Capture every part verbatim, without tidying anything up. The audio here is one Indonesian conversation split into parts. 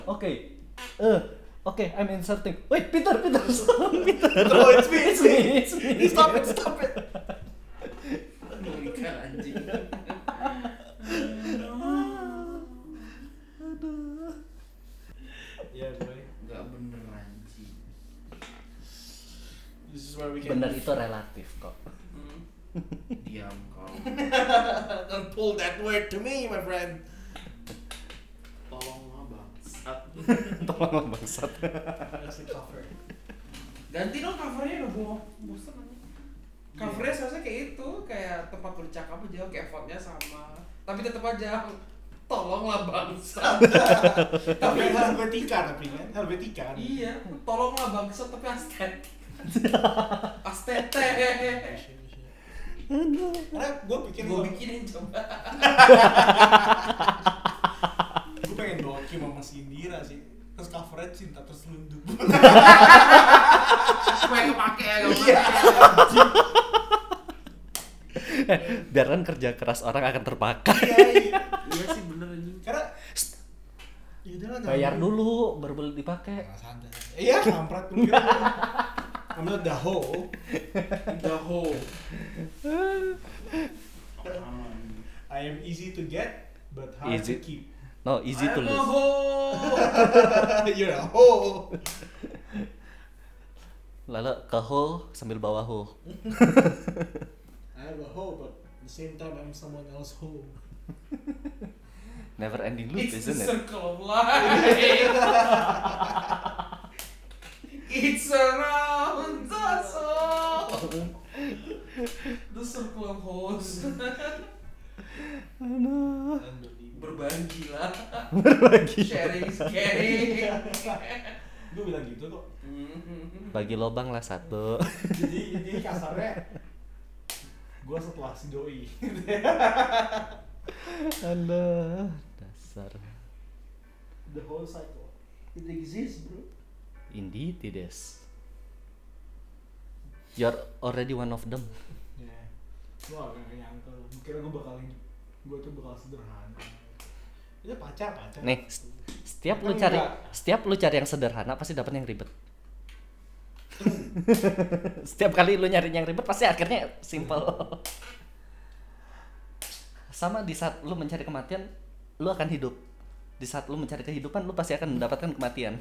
Okay. Uh, okay, I'm inserting. Wait, Peter, Peter, stop, Peter. No, it's me, it's me, it's me. Stop it, stop it. Mengerikan anjing. Aduh. Ya boy, Gak bener anjing. this is where we can. Bener itu relatif kok. Hmm. Diam kau. Don't pull that word to me, my friend. Tolonglah bangsat. Tolong bangsat. That's the cover. Ganti dong covernya udah bohong. Bosan aja. Covernya seharusnya kayak itu, kayak tempat bercakap aja, kayak fontnya sama. Tapi tetap aja tolonglah bangsat. Tapi Helvetica tapi kan, Helvetica kan. Iya, tolonglah bangsat tapi aesthetic. Aesthetic. Karena gue pikir Gue bikinin coba. gue pengen bawa Kim sama si Indira sih. Terus covernya cinta terus selundup. Supaya kepake ya, gak Iya. Biar kan kerja keras orang akan terpakai. Iya, iya. Iya sih bener anjing. Karena ya udah lah, Bayar jangan- dulu baru boleh dipakai. Nah, sadar. Iya, kampret lu kira. Ambil daho. Daho. I am easy to get but hard Easy. to keep. No, easy to I'm a lose. hoe. You're a hoe. Lalu ke ho sambil bawa ho. I have a hoe but at the same time I'm someone else hoe. Never ending loop, It's the isn't it? circle of life. It's around us all. The circle of hoes. Aduh. Berbagi lah. Berbagi. Sharing is caring. Gue bilang gitu kok. Bagi lobang lah satu. Jadi jadi kasarnya gue setelah si doi. Aduh, dasar. The whole cycle. It exists, bro. Indeed it is. You're already one of them. Ya, gue agak nyangka. Kira gue bakal gue tuh bakal sederhana. Itu pacar pacar. Nih, s- setiap lu Kan cari enggak. setiap lu cari yang sederhana pasti dapat yang ribet. Setiap kali lu nyari yang ribet pasti akhirnya simple. Sama di saat lu mencari kematian, lu akan hidup. Di saat lu mencari kehidupan, lu pasti akan mendapatkan kematian.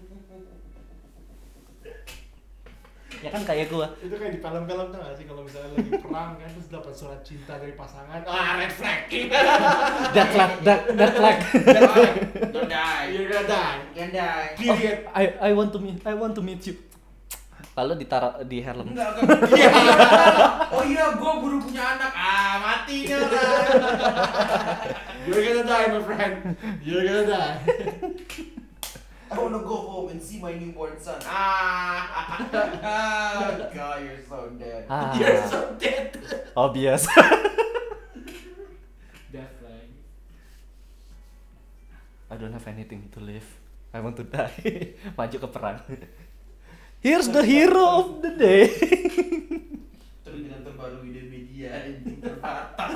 Ya kan kayak gua. Itu kayak di film-film tuh gak sih kalau misalnya lagi perang kan terus dapat surat cinta dari pasangan. Ah, red flag. That flag, that, that flag. Don't die. You're gonna die. Can die. Oh, Period. I I want to meet I want to meet you. Lalu ditaruh di helm. Enggak, enggak. Iya. Oh iya, gua baru punya anak. Ah, mati nih orang. You're gonna die, my friend. You're gonna die. I wanna go home and see my newborn son. Ah, ah God, you're so dead. Ah, You're so dead. obvious. Death flag. I don't have anything to live. I want to die. Maju ke perang. Here's the hero of the day. Terbitan terbaru ide media anjing terbatas.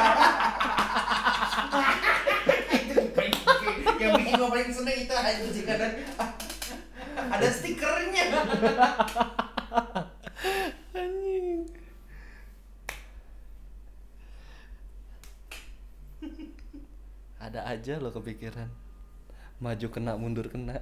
Itu paling yang bikin gue paling seneng itu anjing ada ada stikernya. Anjing. Ada aja lo kepikiran. Maju kena, mundur kena.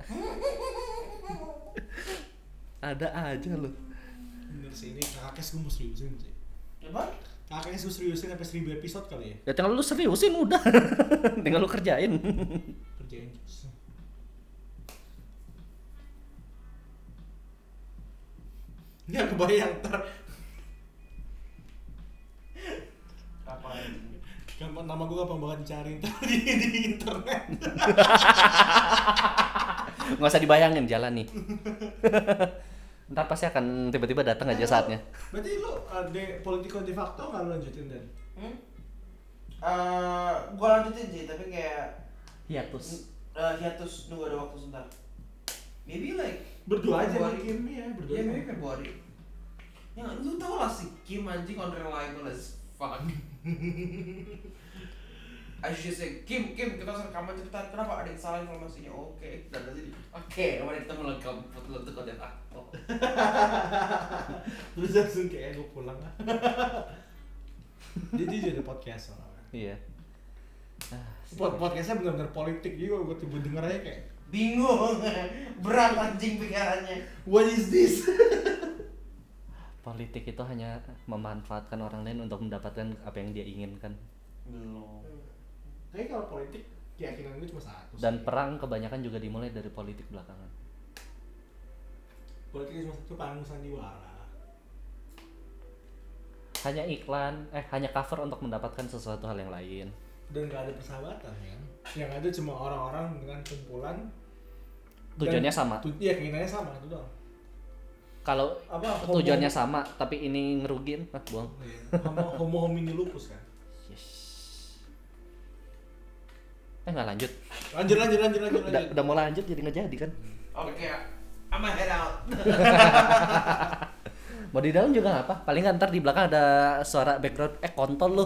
Ada aja lo. Bener sih, ini kakaknya gue mau seriusin sih. Apa? Kakaknya gue seriusin sampai seribu episode kali ya. Ya tinggal lu seriusin udah. Tinggal lu kerjain. Kerjain terus. Nggak kebayang ntar. Apa anjing? Gampang, nama gue gampang banget dicari ntar di, di internet. Nggak usah dibayangin, jalan nih. Ntar pasti akan tiba-tiba datang aja saatnya. Berarti lu uh, de politiko de facto nggak lu lanjutin dan? Hmm? Uh, gua lanjutin sih, tapi kayak Hiatus. uh, hiatus nunggu ada waktu sebentar. Maybe like Berdua aja sama Februari. Kim ya, berdua. Iya, maybe Februari. Ya lu tau lah si Kim anjing unreliable as fuck. I should say, Kim, Kim, kita harus rekaman cepetan. Kenapa? Ada yang salah informasinya. Oke, dan jadi oke, kemarin kita melengkap foto untuk konten aku. Terus langsung kayak gue pulang. Jadi jadi podcast soalnya. Iya. Pod podcastnya benar-benar politik juga, gue tiba denger aja kayak Bingung, berat anjing pikirannya. what is this? Politik itu hanya memanfaatkan orang lain untuk mendapatkan apa yang dia inginkan. Belum. Tapi kalau politik keyakinan gue cuma satu. Dan sih. perang kebanyakan juga dimulai dari politik belakangan. Politik cuma satu, panggung sandiwara. Hanya iklan, eh hanya cover untuk mendapatkan sesuatu hal yang lain. Dan gak ada persahabatan ya. Yang ada cuma orang-orang dengan kumpulan. Tujuannya dan, sama. Tu- iya keinginannya sama itu doang. Kalau Apa? tujuannya sama tapi ini ngerugin, ah buang. Homo homo homini lupus kan. Yes. Eh nggak lanjut. Lanjut lanjut lanjut lanjut. Udah, lanjut. udah mau lanjut jadi nggak jadi kan? Oke, I'ma head out. Mau di dalam juga nggak apa. Paling ntar di belakang ada suara background. Eh kontol lu.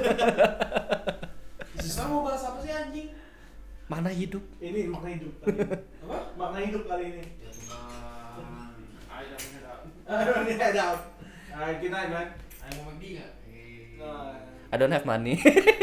Kita mau bahas apa sih anjing? Mana hidup? Ini makna hidup kali ini. Apa? Makna hidup kali ini. Ya Tuhan, I don't head out. Aduh ini ada. Alright, good night man. I mau McD nggak? Eh. Nah. I don't have money.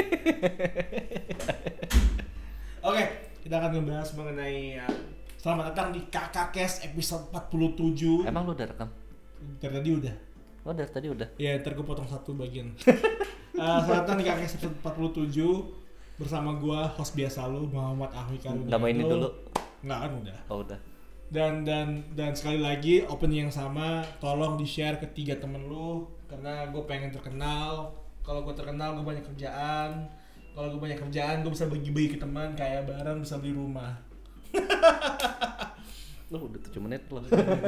Oke, kita akan ngebahas mengenai uh, selamat datang di Kakakes episode empat puluh tujuh. Emang lu udah rekam? Dari tadi udah. Oh dari tadi udah. Ya, ntar gue potong satu bagian. uh, selamat datang di Kakakes episode empat puluh tujuh bersama gua host biasa lu Muhammad Ahwi Karun. Nggak mainin dulu. Nggak kan udah. Oh udah. Dan dan dan sekali lagi opening yang sama, tolong di share ke tiga temen lu karena gue pengen terkenal. Kalau gue terkenal gue banyak kerjaan. Kalau gue banyak kerjaan gue bisa bagi-bagi ke teman, kayak barang bisa beli rumah. Lu udah tujuh menit loh.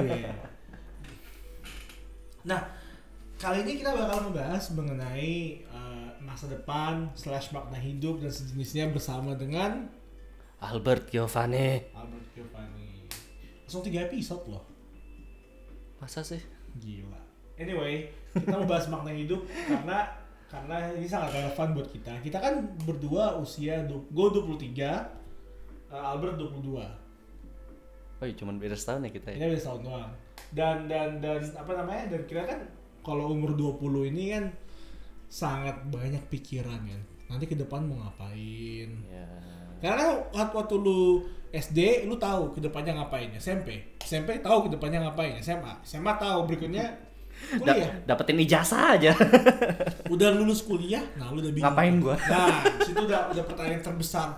Nah, kali ini kita bakal membahas mengenai uh, masa depan slash makna hidup dan sejenisnya bersama dengan Albert Giovanni. Albert Giovanni. Langsung tiga episode loh. Masa sih? Gila. Anyway, kita mau bahas makna hidup karena karena ini sangat relevan buat kita. Kita kan berdua usia gue dua puluh tiga, uh, Albert dua puluh dua. Oh iya cuman beda setahun ya kita ya. Ini beda setahun doang. Dan dan dan apa namanya? Dan kita kan kalau umur dua puluh ini kan sangat banyak pikiran kan. Nanti ke depan mau ngapain? Ya. Karena kan waktu, waktu lu S D lu tahu ke depannya ngapain. S M P, S M P tahu ke depannya ngapain. S M A, S M A tahu berikutnya kuliah. Da- dapetin ijazah aja. Udah lulus kuliah, nah lu udah bingung. Ngapain gua? Nah, situ udah udah pertanyaan terbesar.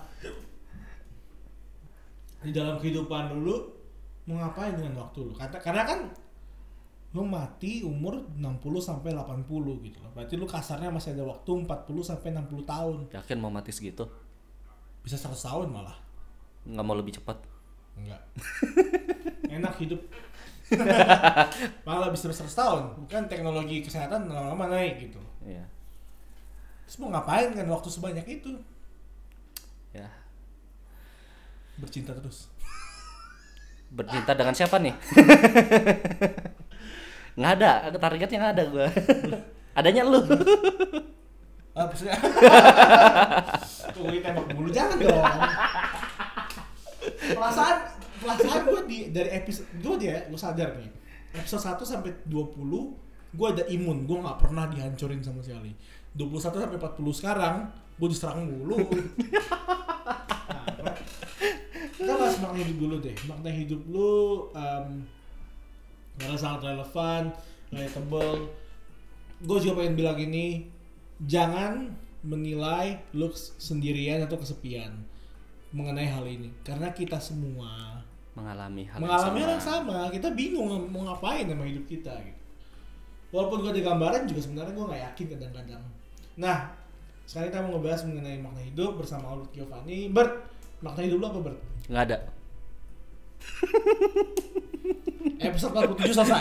Di dalam kehidupan dulu mau ngapain dengan waktu lu? Kata karena kan lu mati umur enam puluh sampai delapan puluh gitu loh. Berarti lu kasarnya masih ada waktu empat puluh sampai enam puluh tahun. Yakin mau mati segitu? Bisa seratus tahun malah. Nggak mau lebih cepat? Enggak. Enak hidup. Malah bisa seratus tahun. Bukan teknologi kesehatan lama-lama naik gitu. Iya. Terus mau ngapain kan waktu sebanyak itu? Ya. Bercinta terus. Bercinta dengan siapa nih? Nggak ada, targetnya nggak ada gua. Adanya lu. Ah, maksudnya. Tuh, ini tembak mulu jangan dong. Perasaan perasaan gue di dari episode gue dia, lu sadar nih. Episode satu sampai dua puluh gue ada imun, gue nggak pernah dihancurin sama sekali. dua puluh satu sampai empat puluh sekarang gue diserang mulu. Nah, kita bahas makna hidup dulu deh. Makna hidup lu um, karena sangat relevan, relatable. Gue juga pengen bilang ini, jangan menilai lu sendirian atau kesepian mengenai hal ini, karena kita semua Mengalami hal mengalami hal yang yang sama. sama. Kita bingung mau ngapain sama hidup kita gitu. Walaupun gue ada gambaran juga sebenarnya gue nggak yakin kadang-kadang. Nah, sekarang kita mau ngebahas mengenai makna hidup bersama Albert Giovanni. Bert, makna hidup lu apa Bert? Nggak ada. Episode empat puluh tujuh selesai.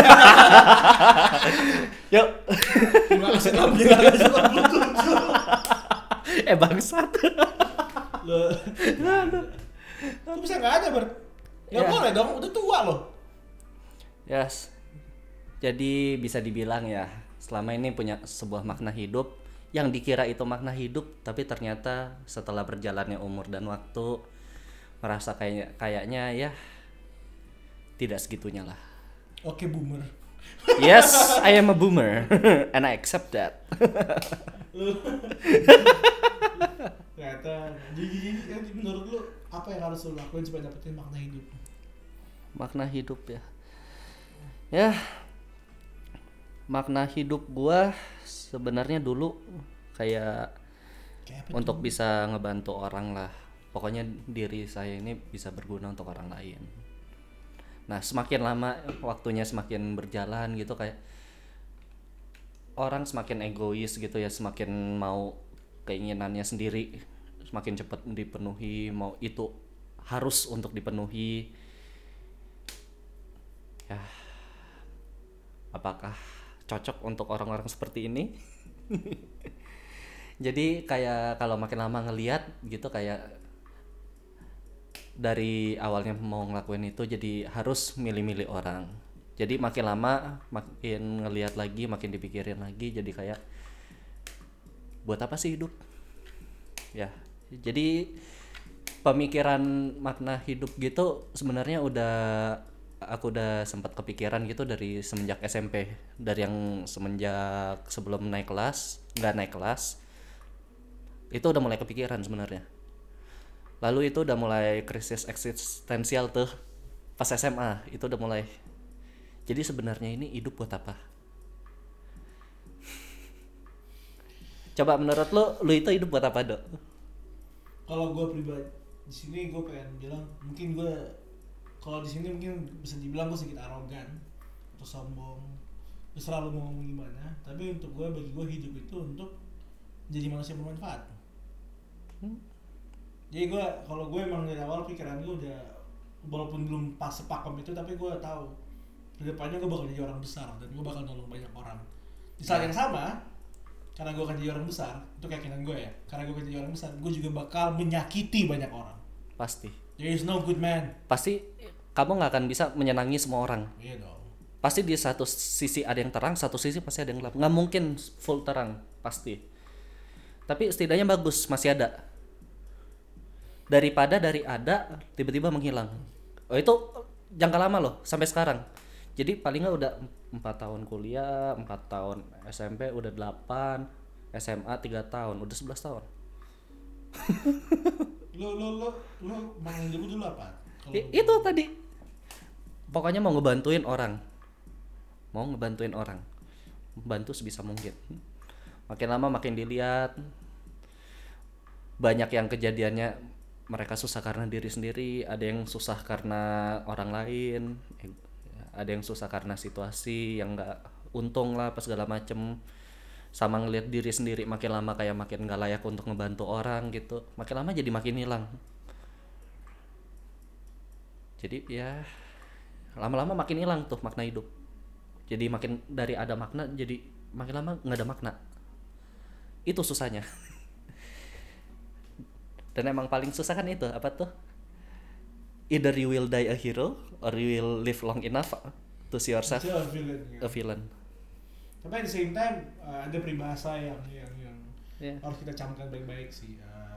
Yuk. Terima kasih telah mendengarkan episode empat puluh tujuh. Eh bangsat. Lo, lu bisa nggak ada Bert? Nggak Ya. boleh dong, udah tua loh. Yes. Jadi bisa dibilang ya, selama ini punya sebuah makna hidup yang dikira itu makna hidup, tapi ternyata setelah berjalannya umur dan waktu merasa kayak kayaknya ya tidak segitunya lah. Oke, boomer. Yes, I am a boomer and I accept that. Ternyata jadi, jadi jadi menurut lu apa yang harus lu lakuin supaya dapetin makna hidup? Makna hidup ya. Ya. Makna hidup gua sebenarnya dulu kayak Kayak apa untuk tuh? bisa ngebantu orang lah. Pokoknya diri saya ini bisa berguna untuk orang lain. Nah, semakin lama waktunya semakin berjalan gitu kayak orang semakin egois gitu ya, semakin mau keinginannya sendiri semakin cepat dipenuhi, mau itu harus untuk dipenuhi. Ya, apakah cocok untuk orang-orang seperti ini? Jadi kayak kalau makin lama ngelihat gitu kayak dari awalnya mau ngelakuin itu jadi harus milih-milih orang. Jadi makin lama makin ngelihat lagi, makin dipikirin lagi, jadi kayak buat apa sih hidup? Ya, jadi pemikiran makna hidup gitu sebenarnya udah aku udah sempat kepikiran gitu dari semenjak S M P, dari yang semenjak sebelum naik kelas, nggak naik kelas, itu udah mulai kepikiran sebenarnya. Lalu itu udah mulai krisis eksistensial tuh pas S M A, itu udah mulai. Jadi sebenarnya ini hidup buat apa? Coba menurut lo, lo itu hidup buat apa, Dok? Kalau gue pribadi di sini gue pengen bilang mungkin gue kalau di sini mungkin bisa dibilang gue sedikit arogan atau sombong, terus selalu mau ngomong gimana. Tapi untuk gue, bagi gue hidup itu untuk jadi manusia bermanfaat. Hmm? Jadi gue kalau gue emang dari awal pikiran gue udah walaupun belum pas sepakem itu, tapi gue tahu kedepannya gue bakal jadi orang besar dan gue bakal nolong banyak orang. Di saat yang sama, karena gue akan jadi orang besar, itu keyakinan gue ya. Karena gue akan jadi orang besar, gue juga bakal menyakiti banyak orang. Pasti. There is no good man. Pasti kamu nggak akan bisa menyenangi semua orang. Iya dong. Pasti di satu sisi ada yang terang, satu sisi pasti ada yang gelap. Nggak mungkin full terang, pasti. Tapi setidaknya bagus, masih ada. Daripada dari ada tiba-tiba menghilang. Oh itu jangka lama loh sampai sekarang. Jadi paling nggak udah empat tahun kuliah, empat tahun S M P udah delapan, S M A tiga tahun, udah sebelas tahun. Lo lo lo lo manggil dulu dulu apa? Kalau I- itu tadi. Pokoknya mau ngebantuin orang. Mau ngebantuin orang. Bantu sebisa mungkin. Makin lama makin dilihat. Banyak yang kejadiannya mereka susah karena diri sendiri, ada yang susah karena orang lain, ada yang susah karena situasi yang nggak untung lah, pas segala macem. Sama ngelihat diri sendiri makin lama kayak makin nggak layak untuk ngebantu orang gitu, makin lama jadi makin hilang. Jadi ya lama-lama makin hilang tuh makna hidup. Jadi makin dari ada makna jadi makin lama nggak ada makna. Itu susahnya. Dan emang paling susah kan itu apa tuh? Either you will die a hero or you will live long enough to see yourself Itu a villain, ya. a villain. Tapi at the same time uh, ada peribahasa yang yang yang Yeah. harus kita camkan baik-baik sih. Uh,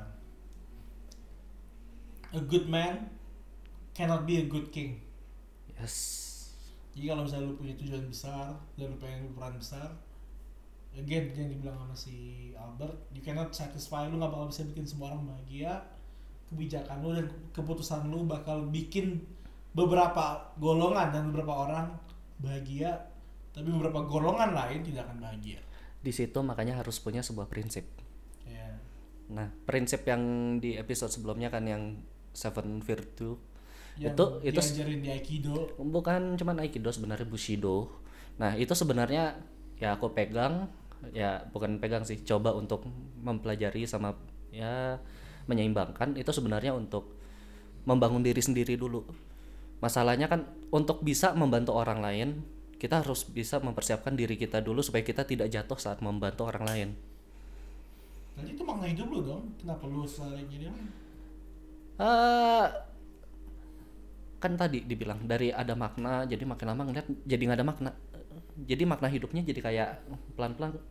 a good man cannot be a good king. Yes. Jadi kalau misalnya lu punya tujuan besar dan lu pengen berperan besar, again yang dibilang sama si Albert, you cannot satisfy, lu gak bakal bisa bikin semua orang bahagia. Kebijakan lu dan keputusan lu bakal bikin beberapa golongan dan beberapa orang bahagia, tapi beberapa golongan lain tidak akan bahagia. Di situ makanya harus punya sebuah prinsip. Ya. Nah, prinsip yang di episode sebelumnya kan yang Seven Virtue Yang itu itu diajarin di Aikido. bukan cuman Aikido, sebenarnya Bushido. Nah, itu sebenarnya ya aku pegang, ya bukan pegang sih, coba untuk mempelajari sama ya menyeimbangkan itu sebenarnya untuk membangun diri sendiri dulu. Masalahnya kan untuk bisa membantu orang lain, kita harus bisa mempersiapkan diri kita dulu supaya kita tidak jatuh saat membantu orang lain. Jadi itu makna hidup lu dong. Kenapa lu selalu jadi orang? Uh, kan tadi dibilang dari ada makna jadi makin lama ngeliat jadi nggak ada makna. Jadi makna hidupnya jadi kayak pelan-pelan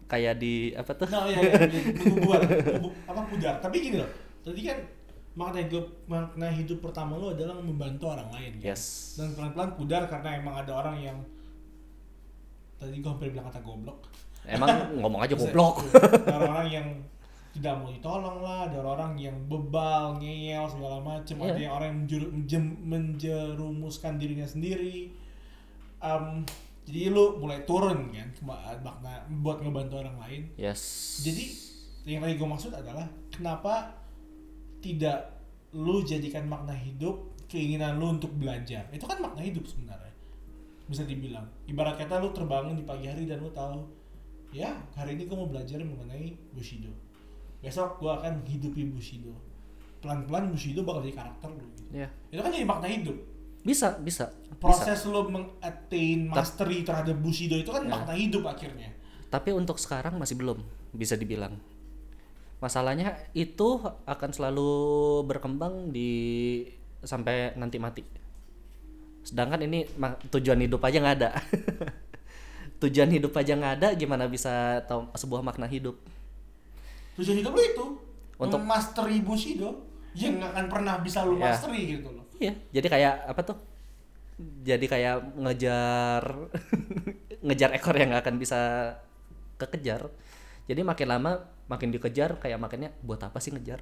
kayak di apa tuh? Nah, ya, ya, bubar, apa pudar. Tapi gini loh, tadi kan makna hidup makna hidup pertama lu adalah membantu orang lain. Kan? Yes. Dan pelan-pelan pudar karena emang ada orang yang tadi gua hampir bilang kata goblok. Emang ngomong aja goblok. Ada orang yang tidak mau ditolong lah, ada orang yang bebal, ngeyel segala macem, yeah. Ada yang orang yang menjuru, menjem, menjerumuskan dirinya sendiri. Um, jadi lu mulai turun kan makna buat ngebantu orang lain. Yes. Jadi yang tadi gue maksud adalah kenapa tidak lu jadikan makna hidup keinginan lu untuk belajar. Itu kan makna hidup sebenarnya. Bisa dibilang. Ibarat kata lu terbangun di pagi hari dan lu tahu, ya hari ini gue mau belajar mengenai Bushido. Besok gue akan hidupi Bushido. Pelan-pelan Bushido bakal jadi karakter lu gitu. Yeah. Itu kan jadi makna hidup. Bisa, bisa. Proses bisa. lu meng-attain mastery terhadap Bushido itu kan ya. makna hidup akhirnya. Tapi untuk sekarang masih belum bisa dibilang. Masalahnya itu akan selalu berkembang di sampai nanti mati. Sedangkan ini tujuan hidup aja nggak ada. Tujuan hidup aja nggak ada, gimana bisa tahu sebuah makna hidup? Tujuan hidup lu itu untuk mastery Bushido yang nggak akan pernah bisa lu ya. mastery gitu loh. Iya, jadi kayak apa tuh? Jadi kayak ngejar ngejar ekor yang nggak akan bisa kekejar. Jadi makin lama makin dikejar, kayak makinnya buat apa sih ngejar?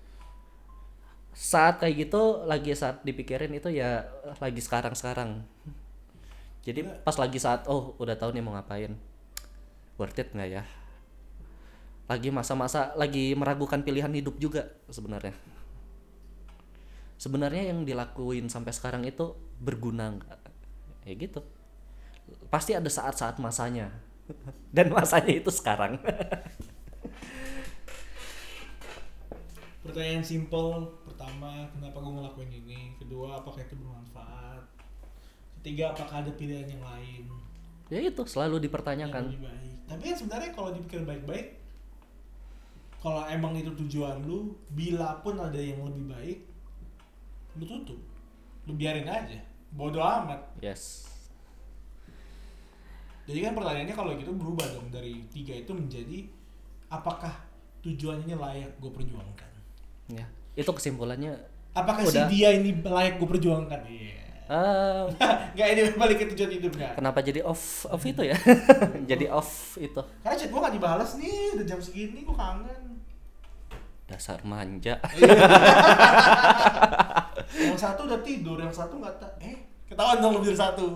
Saat kayak gitu lagi saat dipikirin itu ya lagi sekarang-sekarang. Jadi pas lagi saat oh udah tahu nih mau ngapain, worth it nggak ya? Lagi masa-masa lagi meragukan pilihan hidup juga sebenarnya. Sebenarnya yang dilakuin sampai sekarang itu berguna nggak? Ya gitu. Pasti ada saat-saat masanya. Dan masanya itu sekarang. Pertanyaan simple. Pertama, kenapa gue ngelakuin ini? Kedua, apakah itu bermanfaat? Ketiga, apakah ada pilihan yang lain? Ya itu selalu dipertanyakan. Yang lebih baik. Tapi kan sebenarnya kalau dipikir baik-baik, kalau emang itu tujuan lu, bila pun ada yang lebih baik, lu tutup, lu biarin aja, bodo amat. Yes. Jadi kan pertanyaannya kalau gitu berubah dong dari tiga itu menjadi apakah tujuannya layak gue perjuangkan? Ya, itu kesimpulannya. Apakah udah. si dia ini layak gue perjuangkan? Iya. Yeah. Uh, Nggak, ini balik ke tujuan hidup nggak? kenapa jadi off off itu ya? Jadi off itu. Karena chat gue nggak dibalas nih, udah jam segini gue kangen. Dasar manja. Yang satu udah tidur, yang satu nggak tak. Eh, ketahuan dong lebih dari satu.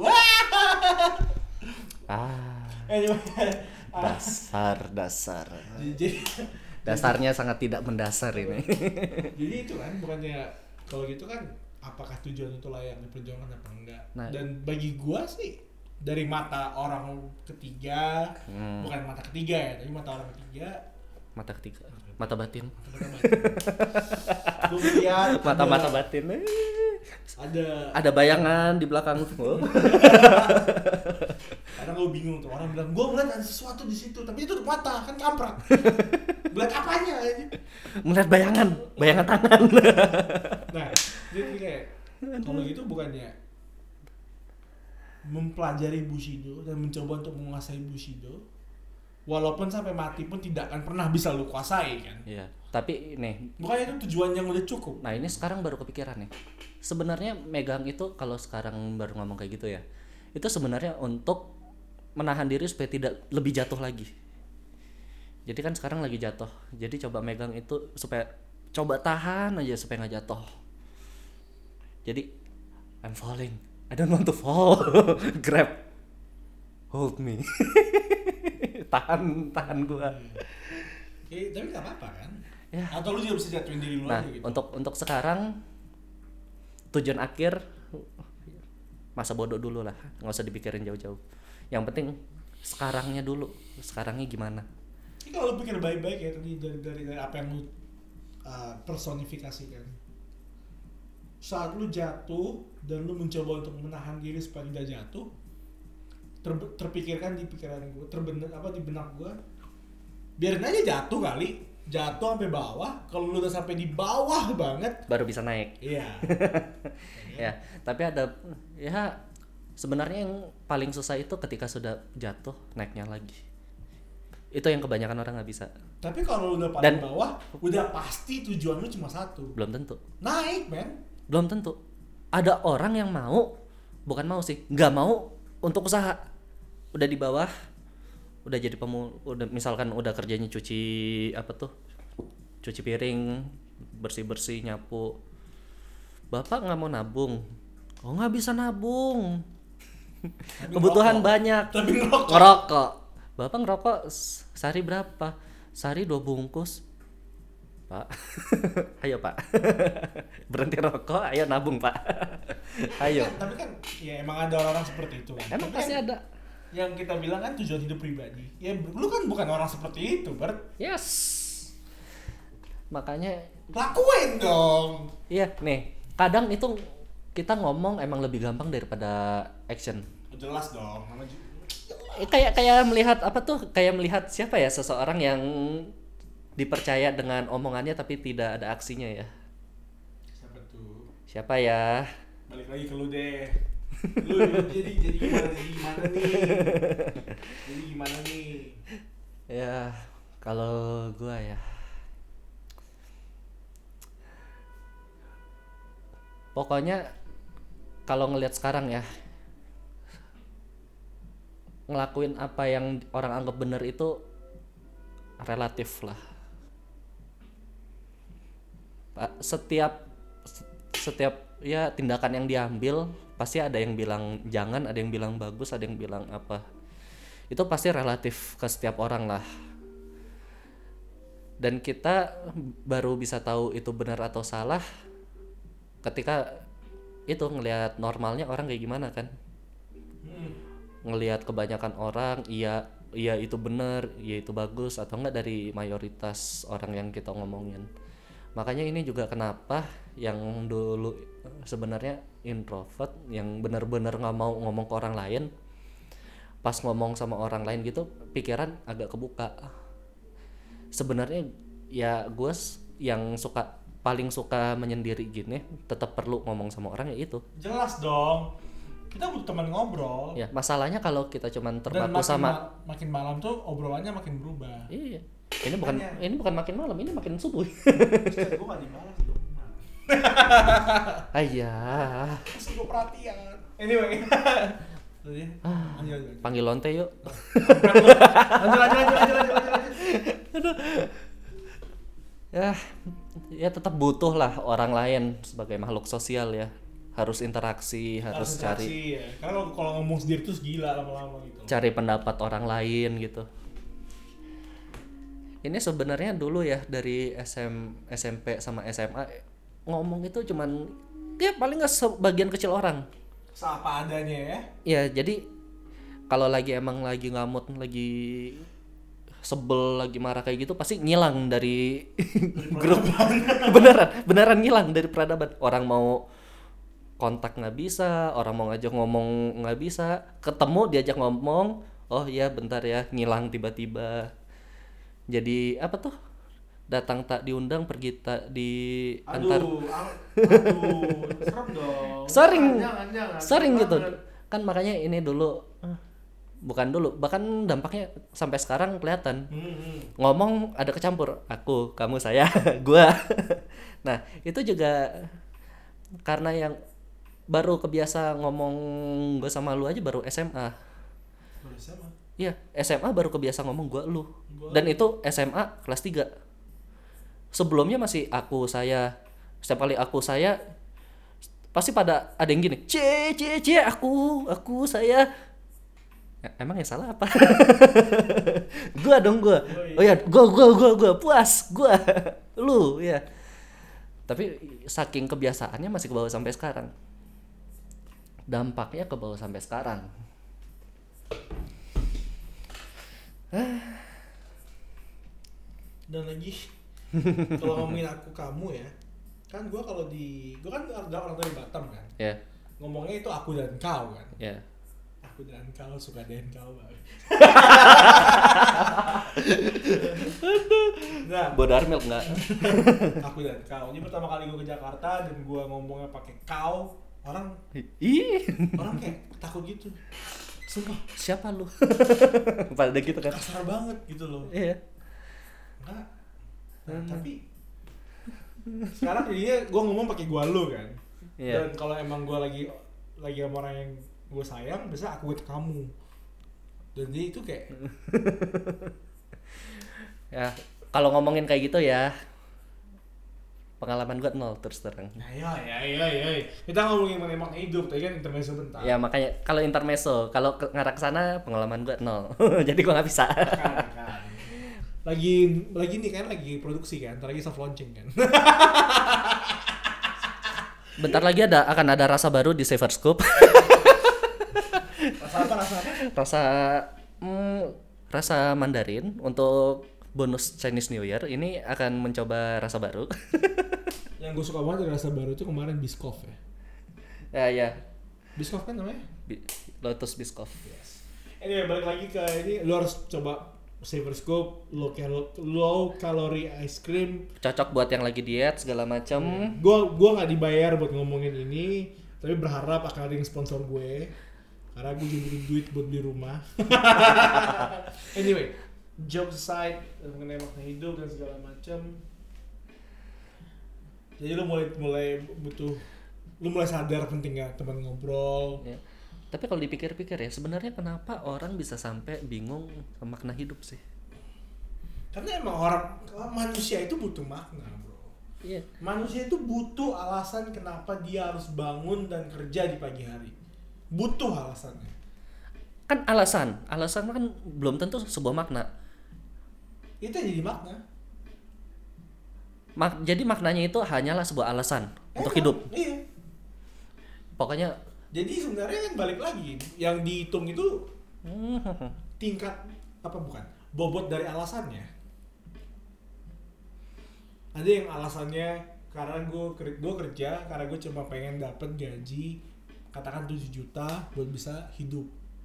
ah. Anyway, dasar dasar. Jadi, dasarnya sangat tidak mendasar ini. Jadi itu kan bukannya kalau gitu kan apakah tujuan itu layak diperjuangkan apa enggak? Nah, dan bagi gua sih dari mata orang ketiga, hmm. bukan mata ketiga ya, tapi mata orang ketiga, mata ketiga, mata batin. Mata batin. Gua lihat mata-mata batin. Ada ada bayangan di belakang tuh. Kadang gue bingung tuh, orang bilang gue melihat ada sesuatu di situ, tapi itu tutup mata, kan kampret. Melihat apanya aja? Melihat bayangan, bayangan tangan. Nah, jadi kayak kalau gitu bukannya mempelajari Bushido dan mencoba untuk menguasai Bushido, walaupun sampai mati pun tidak akan pernah bisa lu kuasai kan? Iya. Tapi nih, bukannya itu tujuan yang udah cukup. Nah ini sekarang baru kepikiran nih. Sebenarnya megang itu kalau sekarang baru ngomong kayak gitu ya, itu sebenarnya untuk menahan diri supaya tidak lebih jatuh lagi. Jadi kan sekarang lagi jatuh, jadi coba megang itu supaya coba tahan aja supaya nggak jatuh. Jadi I'm falling, I don't want to fall. Grab, hold me. tahan, tahan gua. Eh, tapi nggak apa-apa kan? Ya. Atau lu juga bisa jatuhin diri lu nah, aja gitu. untuk untuk sekarang tujuan akhir masa bodoh dulu lah, nggak usah dipikirin jauh-jauh. Yang penting sekarangnya dulu, sekarangnya gimana? Ini kalau lu pikir baik-baik ya tadi dari, dari dari apa yang lu uh, personifikasikan. Saat lu jatuh dan lu mencoba untuk menahan diri supaya tidak jatuh, ter, terpikirkan di pikiran gue, terbenak apa di benak gue, biarin aja jatuh kali. Jatuh sampai bawah, kalau lu udah sampai di bawah banget baru bisa naik. Iya. Ya, tapi ada ya sebenarnya yang paling susah itu ketika sudah jatuh naiknya lagi. Itu yang kebanyakan orang nggak bisa. Tapi kalau lu udah paling Dan- bawah, udah pasti tujuan lu cuma satu. Belum tentu. Naik, men. Belum tentu. Ada orang yang mau, bukan mau sih, nggak mau untuk usaha. Udah di bawah, udah jadi pemu, udah misalkan udah kerjanya cuci apa tuh, cuci piring, bersih bersih, nyapu. Bapak nggak mau nabung, oh nggak bisa nabung. Tapi Kebutuhan ngerokok. banyak. Tapi ngerokok. Ngerokok. Bapak ngerokok s- sehari berapa? Sehari dua bungkus. Pak, ayo Pak, berhenti rokok, ayo nabung Pak, ayo. Tapi kan ya emang ada orang-orang seperti itu kan. Emang Tapi pasti kan ada. yang kita bilang kan tujuan hidup pribadi. Ya lu kan bukan orang seperti itu, Bert. Yes. Makanya, Lakuin dong. iya nih, kadang itu kita ngomong emang lebih gampang daripada action. Jelas dong. Nama ju- Eh, kayak kayak melihat apa tuh? Kayak melihat siapa ya seseorang yang dipercaya dengan omongannya tapi tidak ada aksinya ya. Siapa tuh? Siapa ya? Balik lagi ke lu deh. Lu jadi jadi gimana jadi gimana nih? Jadi gimana nih? Ya, kalau gua ya. Pokoknya kalau ngelihat sekarang ya, ngelakuin apa yang orang anggap benar itu relatif lah. Pak, setiap setiap ya tindakan yang diambil pasti ada yang bilang jangan, ada yang bilang bagus, ada yang bilang apa. Itu pasti relatif ke setiap orang lah. Dan kita baru bisa tahu itu benar atau salah ketika itu ngelihat normalnya orang kayak gimana kan. Ngelihat kebanyakan orang iya iya itu benar, iya itu bagus atau enggak dari mayoritas orang yang kita ngomongin. Makanya ini juga kenapa yang dulu sebenarnya introvert yang benar-benar nggak mau ngomong ke orang lain, pas ngomong sama orang lain gitu pikiran agak kebuka. Sebenarnya ya gue s- yang suka paling suka menyendiri gini tetap perlu ngomong sama orang ya itu. Jelas dong. Kita butuh teman ngobrol. Ya masalahnya kalau kita cuman Dan terpaku makin, sama ma- makin malam tuh obrolannya makin berubah. iya ini bukan Makanya- ini bukan makin malam, ini makin subuh. Terus gue gak dibalas dong. Ayah, Terus gue perhatian. Anyway. Terus ya. Ah. Lanjut, lanjut, panggil lonte yuk. lanjut, lanjut, lanjut, lanjut, lanjut, lanjut, lanjut. Ya, ya tetap butuh lah orang lain sebagai makhluk sosial ya. Harus interaksi, harus cari interaksi, ya. Karena kalau- kalau ngomong sendiri tuh gila lama-lama gitu. cari pendapat orang lain gitu. Ini sebenarnya dulu ya dari S M S M P sama S M A ngomong itu cuman ya paling nggak sebagian kecil orang. Seapa adanya ya. Ya jadi kalau lagi emang lagi ngamut, lagi sebel, lagi marah kayak gitu pasti ngilang dari grup. beneran, beneran ngilang dari peradaban. Orang mau kontak nggak bisa, orang mau ngajak ngomong nggak bisa, ketemu diajak ngomong, oh ya bentar ya, ngilang tiba-tiba. Jadi apa tuh? Datang tak diundang, pergi tak diantar. Aduh, ang- aduh, serem dong. Sering, Jangan, jangan, sering serem gitu. banget. Kan makanya ini dulu, eh, bukan dulu, bahkan dampaknya sampai sekarang kelihatan. Hmm, hmm. Ngomong ada kecampur, aku, kamu, saya, gua. Nah itu juga karena yang baru kebiasa ngomong gue sama lu aja baru S M A. Baru sama. Iya, S M A baru kebiasa ngomong gua lu. Gua- Dan itu S M A kelas tiga. Sebelumnya masih aku, saya. Setiap kali aku, saya pasti pada ada yang gini, "C, C, C, aku, aku, saya." Ya, emang yang salah apa? Gua dong gua. Oh ya, gua gua gua gua puas, gua. Lu ya. Tapi saking kebiasaannya masih ke bawah sampai sekarang. Dampaknya ke bawah sampai sekarang. Dan lagi kalau ngomongin aku kamu ya, kan gue kalau di gue kan ada orang dari Batam kan, Ya, ngomongnya itu aku dan kau kan, ya. aku dan kau suka dan kau banget. Nah, Bodarmil enggak? aku dan kau. Ini pertama kali gue ke Jakarta dan gue ngomongnya pakai kau, orang Ih. orang kayak takut gitu. Sumpah Siapa lu? Pada gitu kan. kasar banget gitu loh. Iya. Enggak. Nah, tapi sekarang jadinya gue ngomong pakai gua lu kan. Iya. Dan kalau emang gue lagi lagi sama orang yang gue sayang, biasa aku ke kamu. Dan dia itu kayak Ya, kalau ngomongin kayak gitu ya, pengalaman gue nol terus terang. nah, ya ya ya ya. Kita ngomongin mengenai makna hidup, tadi kan intermezzo bentar. Ya makanya kalau intermezzo, kalau ke- ngarah ke sana pengalaman gue nol. Jadi gue nggak bisa. Kan, kan. Lagi lagi nih kan lagi produksi kan, ntar lagi soft launching kan. Bentar lagi ada akan ada rasa baru di Saver Scoop. Rasa apa rasa apa? rasa mm, rasa Mandarin untuk bonus Chinese New Year ini akan mencoba rasa baru. Yang gue suka banget dari rasa baru itu kemarin Biscoff ya. Ya ya, Biscoff kan namanya? Bi- Lotus Biscoff. Yes. Anyway, balik lagi ke ini, lo harus coba Saver Scoop low, cal- low calorie ice cream. Cocok buat yang lagi diet segala macam. Gue gua nggak dibayar buat ngomongin ini, tapi berharap akan ada yang sponsor gue karena gue jadi duit buat beli rumah. Anyway, joke aside mengenai makna hidup dan segala macam. Jadi lu mulai mulai butuh, lu mulai sadar pentingnya teman ngobrol. Ya. Tapi kalau dipikir-pikir ya, sebenarnya kenapa orang bisa sampai bingung makna hidup sih? Karena emang orang manusia itu butuh makna, bro. Iya. Manusia itu butuh alasan kenapa dia harus bangun dan kerja di pagi hari. Butuh alasannya. Kan alasan, alasan kan belum tentu sebuah makna. Itu yang jadi makna. Mak- jadi maknanya itu hanyalah sebuah alasan untuk Emang, hidup. Iya. Pokoknya Jadi sebenarnya kan balik lagi, yang dihitung itu hmm, tingkat apa bukan? Bobot dari alasannya. Ada yang alasannya karena gue gue kerja karena gue cuma pengen dapet gaji katakan tujuh juta buat bisa hidup.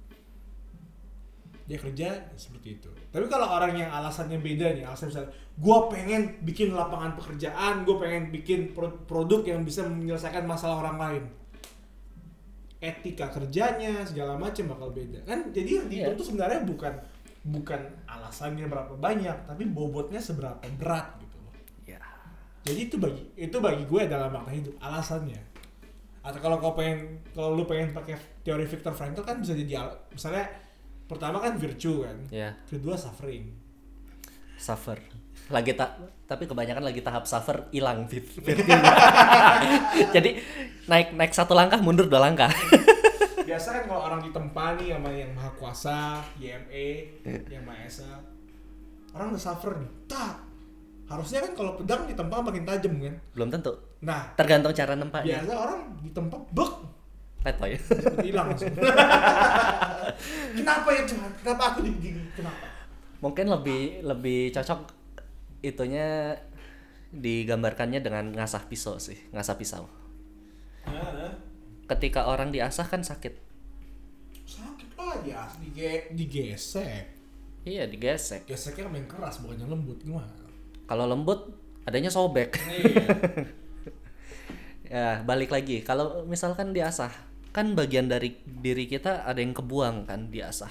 Dia kerja seperti itu. Tapi kalau orang yang alasannya beda nih, alasan misalnya gue pengen bikin lapangan pekerjaan, gue pengen bikin pro- produk yang bisa menyelesaikan masalah orang lain, etika kerjanya segala macam bakal beda kan. Jadi yang dihitung Iya. tuh sebenarnya bukan bukan alasannya berapa banyak, tapi bobotnya seberapa berat gitu loh. ya. Jadi itu bagi itu bagi gue adalah makna hidup, alasannya. Atau kalau kau pengen kalau lu pengen pakai teori Viktor Frankl kan bisa jadi al- misalnya pertama kan virtue kan, Ya, kedua suffering. suffer. Lagi tak tapi kebanyakan lagi tahap suffer hilang fit. Jadi naik naik satu langkah mundur dua langkah. Biasa kan kalau orang ditempa nih sama yang maha kuasa, Y M E, yang maha esa, orang udah suffer nih, tak. Harusnya kan kalau pedang ditempa makin tajam kan. Belum tentu. Nah, Tergantung cara nempaknya. biasa orang ditempa bek, Letoy. seperti hilang langsung. Kenapa ya Tuhan? Kenapa aku digini? Kenapa? Mungkin lebih lebih cocok itunya digambarkannya dengan ngasah pisau sih, ngasah pisau. Nah, Ketika orang diasah kan sakit. sakit lah ya, dige, digesek. Iya, digesek. Geseknya main keras, bukannya lembut gimana? Kalau lembut adanya sobek. Iya. Ya, balik lagi. Kalau misalkan diasah, kan bagian dari diri kita ada yang kebuang kan diasah.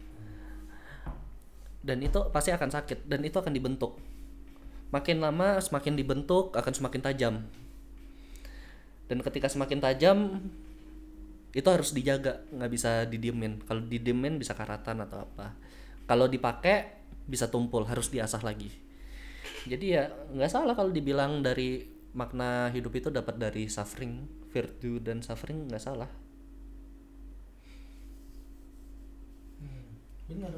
Dan itu pasti akan sakit dan itu akan dibentuk. Makin lama semakin dibentuk akan semakin tajam. Dan ketika semakin tajam itu harus dijaga, nggak bisa didiemin. Kalau didiemin bisa karatan atau apa. Kalau dipakai bisa tumpul, harus diasah lagi. Jadi ya nggak salah kalau dibilang dari makna hidup itu dapat dari suffering, virtue dan suffering nggak salah. Hmm, benar.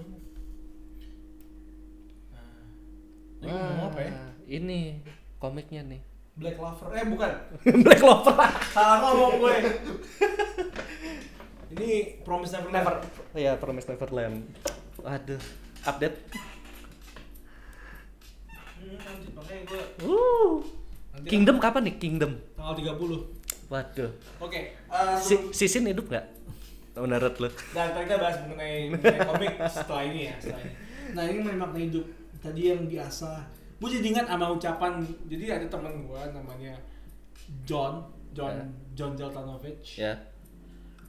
Nah, ini ngomong apa ya? Ini komiknya nih. Black Clover, eh bukan. Black Clover. Salah ngomong gue. Ini Promise Neverland. Never. Iya, Promise Neverland. Waduh, update. Hmm, nanti makanya gue Uh. nanti Kingdom kapan nih? Kingdom. tanggal tiga puluh. Waduh. Oke, eh, Si Sisin hidup nggak? Menurut lu? dan tadi kita bahas mengenai, mengenai komik setelah ini ya, setelah ini. Nah, ini mengenai makna hidup. Tadi yang diasah. Gue jadi ingat sama ucapan. Jadi ada teman gue namanya John, John, Ya. John Jeltanovic. Ya.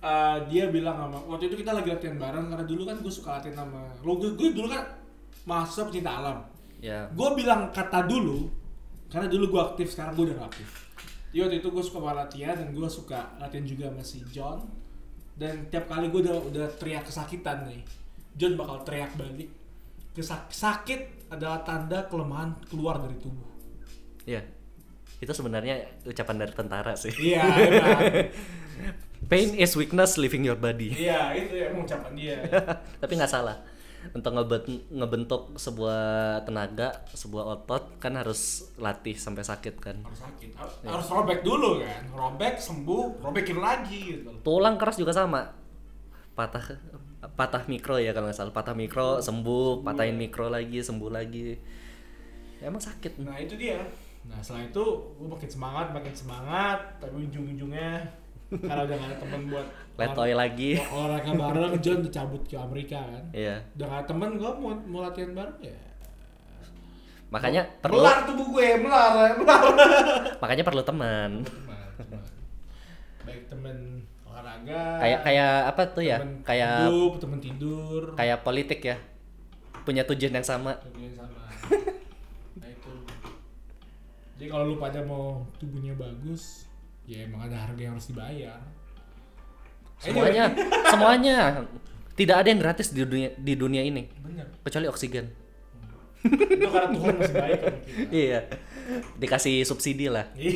uh, dia bilang sama waktu itu kita lagi latihan bareng karena dulu kan gue suka latihan sama lo gue, gue dulu kan mahasiswa pecinta alam. Ya. Gue bilang kata dulu karena dulu gue aktif, sekarang gue udah gak aktif. Jadi waktu itu gue suka banget latihan dan gue suka latihan juga sama si John. Dan tiap kali gue udah udah teriak kesakitan nih, John bakal teriak balik. Kesak- sakit adalah tanda kelemahan keluar dari tubuh. Iya. Itu sebenarnya ucapan dari tentara sih. Iya, emang. Pain is weakness leaving your body. Iya, itu emang ucapan dia. Tapi nggak salah. Untuk ngeben- ngebentuk sebuah tenaga, sebuah otot kan harus latih sampai sakit kan. Harus sakit, harus, ya. harus robek dulu kan, robek sembuh, robekin lagi gitu. Tulang keras juga sama, patah patah mikro ya kalau nggak salah, patah mikro sembuh, patahin mikro lagi sembuh lagi. Ya, emang sakit. Nah itu dia. Nah setelah itu gue makin semangat, makin semangat, tapi ujung-ujungnya karena udah gak ada temen buat letoy lagi. Olahraga bareng, John dicabut ke Amerika kan. Iya. Udah gak ada temen, gue mau, mau latihan bareng ya. Makanya perlu. Melar tubuh gue, melar, melar. Makanya perlu teman. Teman, teman. Baik temen olahraga. Kayak kayak apa tuh ya? Temen Kayak hidup, temen tidur. kayak politik ya. Punya tujuan yang sama. Tujuan sama. Nah itu. Jadi kalau lu pada mau tubuhnya bagus, ya emang ada harga yang harus dibayar. Semuanya, semuanya. Tidak ada yang gratis di dunia di dunia ini. Bener. Kecuali oksigen. Itu karena Tuhan masih baik sama kita. Iya. Dikasih subsidi lah. Iya.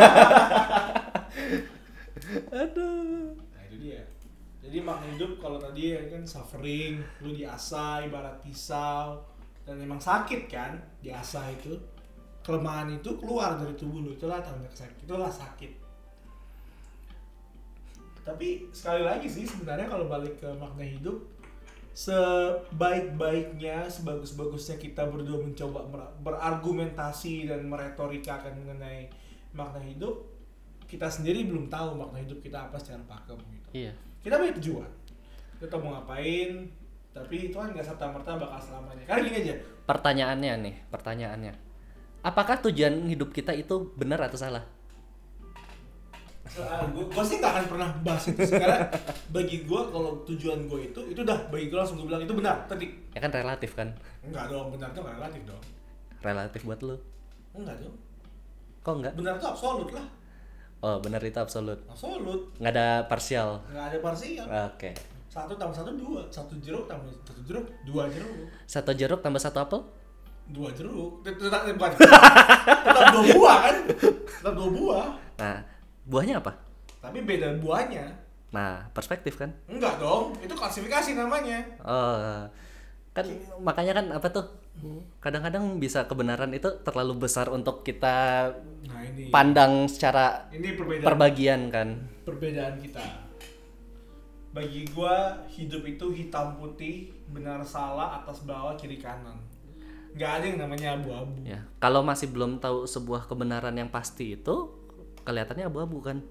Aduh. Nah itu dia. Jadi makna hidup kalau tadi ya kan suffering, lu diasah ibarat pisau dan emang sakit kan, diasah itu. Kelemahan itu keluar dari tubuh lu, itulah tanda sakit, itulah sakit. Tapi sekali lagi sih sebenarnya kalau balik ke makna hidup, sebaik-baiknya, sebagus-bagusnya kita berdua mencoba berargumentasi dan meretorikakan mengenai makna hidup, kita sendiri belum tahu makna hidup kita apa secara pakem gitu. Iya. Kita punya tujuan, kita mau ngapain, tapi itu kan nggak serta-merta bakal selamanya. Karena gini aja. Pertanyaannya nih, pertanyaannya. Apakah tujuan hidup kita itu benar atau salah? Uh, gue sih gak akan pernah bahas itu sih, karena bagi gue kalau tujuan gue itu itu udah bagi gue langsung gue bilang itu benar, titik. Ya kan relatif kan? Enggak dong, benar tuh gak relatif dong. Relatif buat lu. Enggak dong. Kok enggak? Benar tuh absolut lah. Oh, benar itu absolut. Absolut. Nggak ada parsial. Nggak ada parsial. Oke. Satu tambah satu dua, satu jeruk tambah satu jeruk, dua jeruk. Satu jeruk tambah satu apel? Dua jeruk. Tetap bukan. Tetap dua buah kan? Tetap dua buah. Nah, buahnya apa? Tapi beda buahnya. Nah, perspektif kan? Enggak dong, itu klasifikasi namanya. Oh, kan makanya kan apa tuh? Kadang-kadang bisa kebenaran itu terlalu besar untuk kita Nah, ini pandang secara ini perbedaan perbagian kan. perbedaan kita. Bagi gua hidup itu hitam putih, benar salah, atas bawah, kiri kanan. Nggak ada yang namanya abu-abu. Ya, kalau masih belum tahu sebuah kebenaran yang pasti itu kelihatannya abu-abu kan?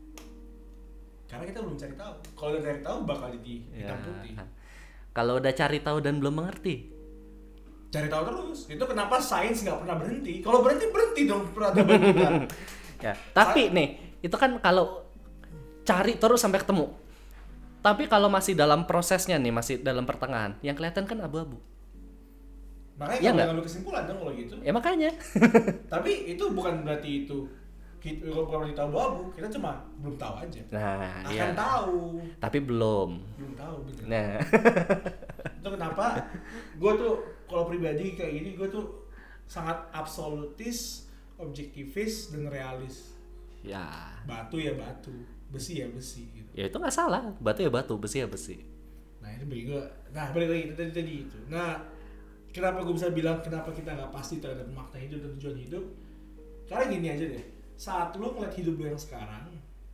Karena kita belum cari tahu. Kalau udah cari tahu bakal jadi hitam Ya. putih. Kalau udah cari tahu dan belum mengerti, Cari tahu terus. Itu kenapa sains nggak pernah berhenti. Kalau berhenti berhenti dong peradaban kita. ya. Tapi nih, itu kan kalau cari terus sampai ketemu. Tapi kalau masih dalam prosesnya nih, masih dalam pertengahan, yang kelihatan kan abu-abu. Makanya Ya kalau nggak? ngambil kesimpulan dong kalau gitu. Ya makanya. Tapi itu bukan berarti itu kita kalau kita abu-abu, kita cuma belum tahu aja. Nah, Akan iya. tahu. Tapi belum. Belum tahu bener. Nah, Itu kenapa gue tuh kalau pribadi kayak gini, gue tuh sangat absolutis, objektivis dan realis. ya. Batu ya batu, besi ya besi gitu. Ya itu nggak salah. Batu ya batu, besi ya besi. Nah itu bagi gue. Nah balik lagi tadi tadi itu. Nah kenapa gue bisa bilang kenapa kita nggak pasti terhadap makna hidup dan tujuan hidup? Karena gini aja deh. Saat lu ngeliat hidup lu yang sekarang,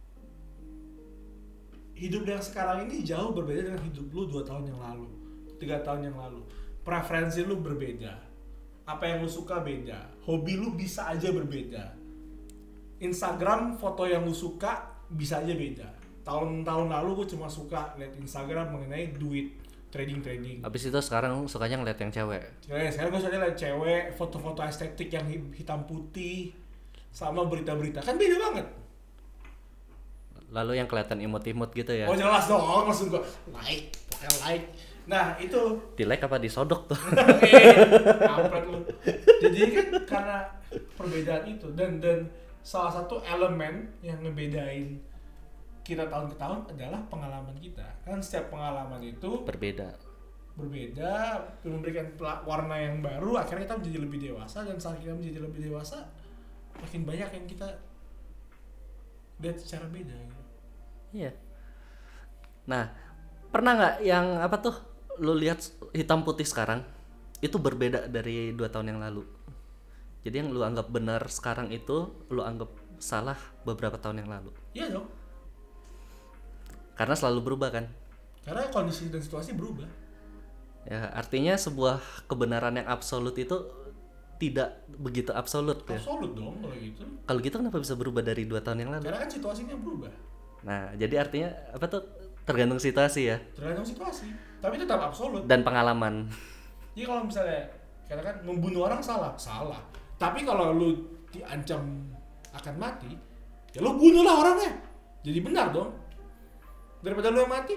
hidup lu yang sekarang ini jauh berbeda dengan hidup lu dua tahun yang lalu, tiga tahun yang lalu. Preferensi lu berbeda, apa yang lu suka beda, hobi lu bisa aja berbeda. Instagram foto yang lu suka bisa aja beda. Tahun-tahun lalu gue cuma suka liat Instagram mengenai duit, trading-trading. Habis itu sekarang sukanya ngeliat yang cewek. Cewek, sekarang gue suka liat cewek, foto-foto estetik yang hitam putih, sama berita-berita, kan beda banget. Lalu yang kelihatan imut-imut gitu ya. Oh jelas dong, langsung gua like, pakai like. Nah itu Di like apa disodok tuh? kampret lu. Jadi kan karena perbedaan itu dan dan salah satu elemen yang ngebedain kita tahun ke tahun adalah pengalaman kita. Kan setiap pengalaman itu Berbeda. berbeda, memberikan pela- warna yang baru. Akhirnya kita menjadi lebih dewasa dan saat kita menjadi lebih dewasa, makin banyak yang kita lihat secara beda. Gitu. Iya. Nah, pernah nggak yang apa tuh lu lihat hitam putih sekarang itu berbeda dari dua tahun yang lalu. Jadi yang lu anggap benar sekarang itu lu anggap salah beberapa tahun yang lalu. Iya dong. Karena selalu berubah kan. Karena kondisi dan situasi berubah. Ya, artinya sebuah kebenaran yang absolut itu tidak begitu absolut ya. Absolut dong kalau gitu. Kalau gitu kenapa bisa berubah dari dua tahun yang lalu? Karena kan situasinya berubah. Nah, jadi artinya apa tuh tergantung situasi ya Tergantung situasi. Tapi tetap absolut. dan pengalaman. Jadi kalau misalnya katakan membunuh orang salah, salah. Tapi kalau lu diancam akan mati, ya lu bunuhlah orangnya. Jadi benar dong. Daripada lu yang mati.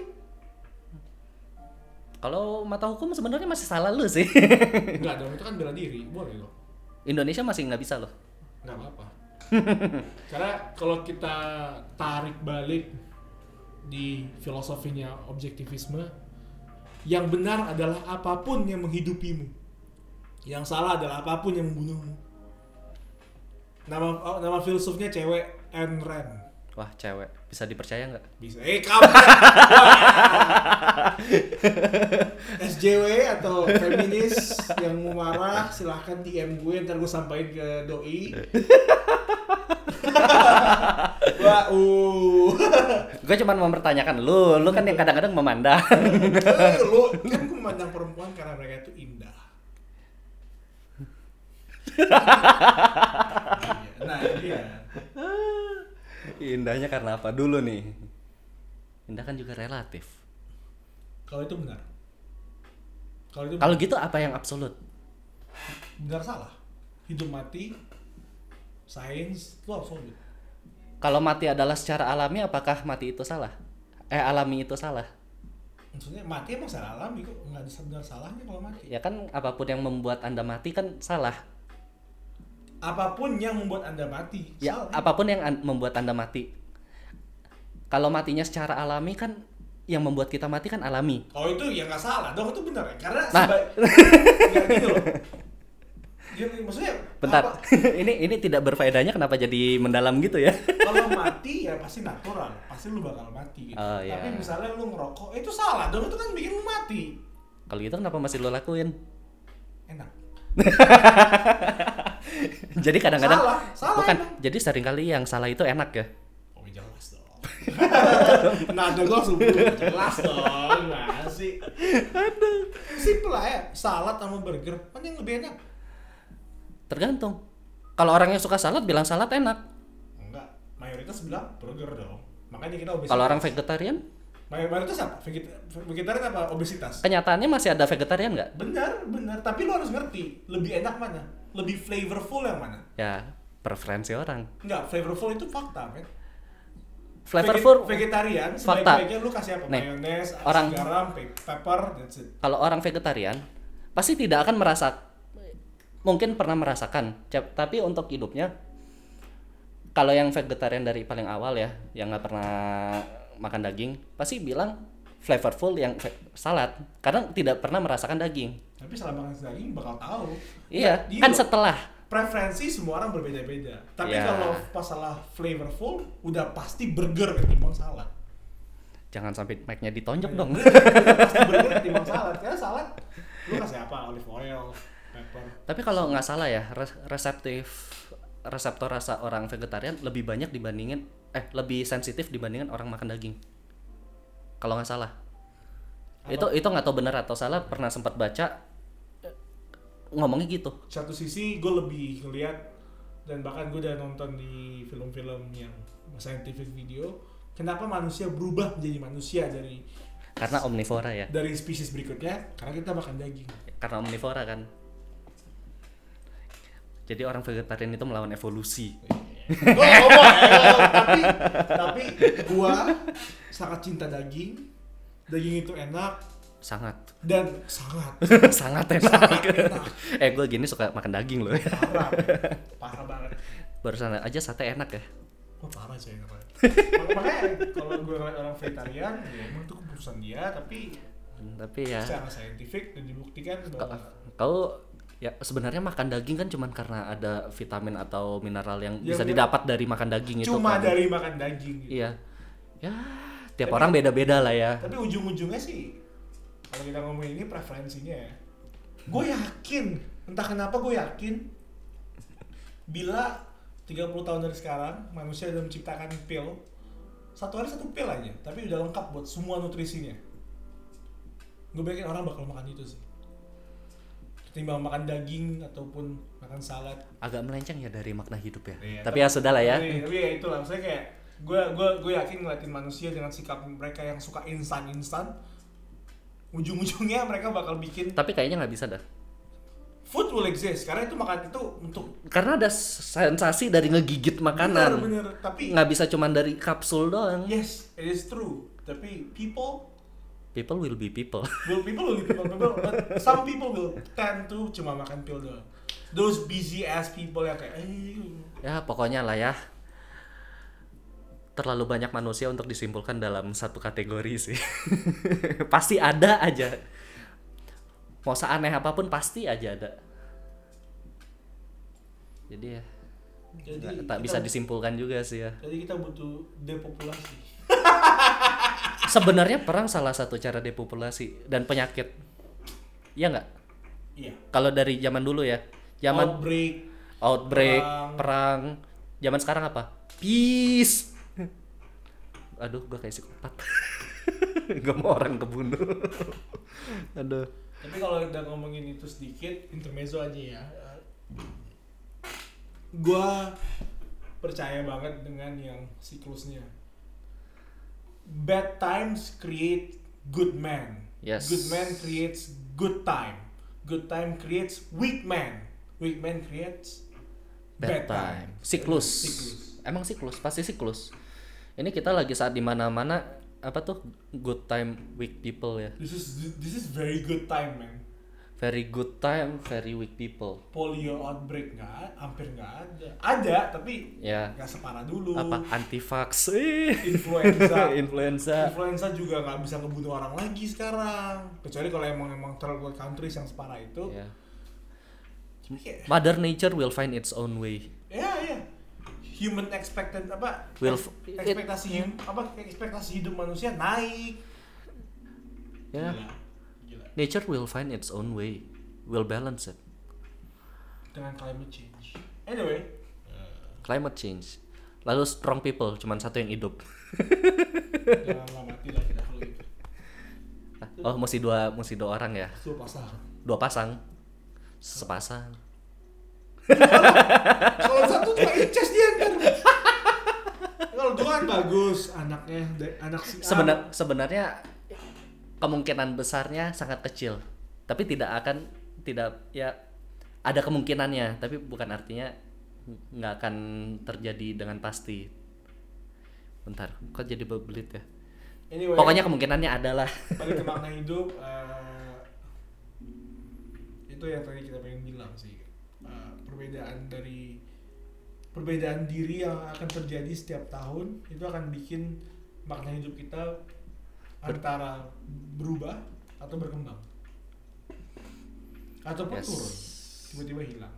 Kalau mata hukum sebenarnya masih salah lu sih. Enggak dong, itu kan bela diri, boleh dong. Indonesia masih nggak bisa loh. Enggak apa-apa. Karena kalau kita tarik balik di filosofinya objektivisme, yang benar adalah apapun yang menghidupimu. Yang salah adalah apapun yang membunuhmu. Nama oh, nama filsufnya cewek Ayn Rand. Wah, cewek bisa dipercaya nggak? Bisa. Eh, kamu. S J W atau feminis yang mau marah silahkan D M gue, ntar gue sampaikan ke doi. Wah, uh. Gue cuma mempertanyakan lu, lu kan yang kadang-kadang memandang. Eh, lu kan gue memandang perempuan karena mereka itu indah. Nah, iya. Indahnya karena apa dulu nih? Indah kan juga relatif. Kalau itu benar. Kalau itu Kalau gitu apa yang absolut? benar salah. Hidup mati, sains itu absolut. Kalau mati adalah secara alami, apakah mati itu salah? Eh, alami itu salah? Maksudnya mati emang salah alami kok, nggak ada benar salahnya kalau mati. Ya kan apapun yang membuat Anda mati kan salah. Apapun yang membuat Anda mati, Ya, salah. apapun yang an- membuat Anda mati. Kalau matinya secara alami kan yang membuat kita mati kan alami. Oh itu ya nggak salah dong, itu benar ya. Karena Nah. seba- ya gitu loh. Gini, maksudnya Bentar. apa- ini ini tidak berfaedahnya kenapa jadi mendalam gitu ya? kalau mati ya pasti natural, pasti lu bakal mati gitu. Oh, iya. Tapi misalnya lu ngerokok, itu salah dong, itu kan bikin lu mati. Kalau gitu kenapa masih lo lakuin? Enak. Jadi kadang-kadang Salah, salah bukan. emang. Jadi seringkali yang salah itu enak ya. Oh jelas dong. Nah ada gue langsung jelas dong, gimana sih? Aduh. Simple lah ya, salad sama burger, mana yang lebih enak? Tergantung. Kalau orang yang suka salad bilang salad enak. Enggak, mayoritas bilang burger dong. Makanya kita obesitas. Kalau orang vegetarian, May- mayoritas apa? Veget- vegetarian apa obesitas? kenyataannya masih ada vegetarian nggak? Benar, benar. Tapi lo harus ngerti, lebih enak mana? Lebih flavorful yang mana? Ya, preferensi orang. Enggak, flavorful itu fakta, men. Flavorful. Veget- vegetarian, fakta. sebaik-baiknya lu kasih apa? Nih, Mayones, orang- garam, pe- pepper, that's it. Kalau orang vegetarian pasti tidak akan merasa, mungkin pernah merasakan, cap- tapi untuk hidupnya, kalau yang vegetarian dari paling awal ya, yang nggak pernah makan daging, pasti bilang flavorful yang ve- salad, karena tidak pernah merasakan daging. Tapi selama makan daging bakal tahu. Iya, Nggak, kan gini loh, setelah. preferensi semua orang berbeda-beda. Tapi Ya. kalau masalah flavorful, udah pasti burger ketimbang salad. Jangan sampai mic-nya ditonjok dong. Pasti burger ketimbang salad. Karena salad, lu kasih apa? Olive oil, pepper. Tapi kalau nggak salah ya, res- reseptif reseptor rasa orang vegetarian lebih banyak dibandingin eh lebih sensitif dibandingin orang makan daging. Kalau nggak salah. Apa? Itu itu nggak tahu benar atau salah, pernah sempat baca eh, ngomongnya gitu. Satu sisi gue lebih ngeliat, dan bahkan gue udah nonton di film-film yang scientific video, kenapa manusia berubah menjadi manusia dari Karena omnivora ya. dari spesies berikutnya, karena kita makan daging. Karena omnivora kan. Jadi orang vegetarian itu melawan evolusi. Gua ngomong ya, tapi tapi gua sangat cinta daging. Daging itu enak Sangat. dan sangat Sangat enak. sangat enak. Eh gue gini suka makan daging loh. Parah, parah banget. Barusan aja sate enak ya. Wah parah sih enak banget. Makanya kalau gue ngeliat orang vegetarian, ya emang itu keputusan dia, tapi Hmm, Tapi ya secara saintifik dan dibuktikan bahwa kau ya sebenarnya makan daging kan cuman karena ada vitamin atau mineral yang Ya, bisa bener. didapat dari makan daging itu cuma kan. dari makan daging. Gitu. Iya. Ya, tiap Tapi- orang beda-beda lah ya. Tapi ujung-ujungnya sih, kalau kita ngomongin ini preferensinya ya, gue yakin, entah kenapa gue yakin, bila tiga puluh tahun dari sekarang manusia sudah menciptakan pil, satu hari satu pil aja, tapi udah lengkap buat semua nutrisinya. Gue yakin orang bakal makan itu sih, ketimbang makan daging ataupun makan salad. Agak melenceng ya dari makna hidup ya. Iya, Tapi ya sudah lah ya. Tapi, tapi ya itulah, maksudnya kayak gue gue gue yakin ngeliatin manusia dengan sikap mereka yang suka instan-instan, ujung-ujungnya mereka bakal bikin Tapi kayaknya nggak bisa dah. food will exist karena itu makan itu untuk Karena ada sensasi dari ngegigit makanan. bener, bener. Tapi Nggak bisa cuman dari kapsul doang. yes, it is true. Tapi people People will be people. will people will be people, people but some people will tend to cuma makan pil doang. Those busy ass people yang kayak eh Ya pokoknya lah ya. Terlalu banyak manusia untuk disimpulkan dalam satu kategori sih. Pasti ada aja. Mau seaneh apapun pasti aja ada. Jadi ya jadi nggak- tak kita- bisa disimpulkan juga sih ya. Jadi kita butuh depopulasi. Sebenarnya perang salah satu cara depopulasi dan penyakit. Iya nggak? Iya. Kalau dari zaman dulu ya. Zaman Outbreak. outbreak, perang. perang. Zaman sekarang apa? Peace. Aduh, gua kayak psikopat. Gak mau orang kebunuh. Aduh. Tapi kalau udah ngomongin itu sedikit, intermezzo aja ya. Gua percaya banget dengan yang siklusnya. Bad times create good man. Yes. Good man creates good time. Good time creates weak man. Weak man creates Bad time. Siklus. Siklus. Emang siklus, pasti siklus. Ini kita lagi saat di mana-mana apa tuh good time weak people ya. This is this is very good time, man. Very good time, very weak people. Polio outbreak nggak, hampir nggak ada. Ada, tapi Ya. nggak separah dulu. Apa anti-vax? Eh. Influenza. Influenza. Influenza juga nggak bisa ngebunuh orang lagi sekarang. Kecuali kalau emang emang third world countries yang separah itu. Ya. Cuma kayak, Mother Nature will find its own way. ya ya. Human expectant apa? Will Ex- f- it- ekspektasi hum- apa? Ekspektasi hidup manusia naik. Ya. Gila. Gila. Nature will find its own way. Will balance it. Dengan climate change. Anyway. Climate change. Lalu strong people, cuman satu yang hidup. Jangan lama mati lah kita kalau gitu. Oh, mesti dua, mesti dua orang ya. Dua pasang. Dua pasang. Sepasang. Kalau satu cuma incest dia kan. Kalau dua kan bagus anaknya, da- anak si A. Sebenar, sebenarnya kemungkinan besarnya sangat kecil. Tapi tidak akan tidak ya ada kemungkinannya, tapi bukan artinya nggak akan terjadi dengan pasti. Bentar, kok jadi bebelit ya? Anyway, Pokoknya kemungkinannya adalah. balik ke makna hidup, eh, itu yang tadi kita pengen bilang sih. Eh, perbedaan dari perbedaan diri yang akan terjadi setiap tahun itu akan bikin makna hidup kita antara berubah atau berkembang ataupun Yes. turun, tiba-tiba hilang.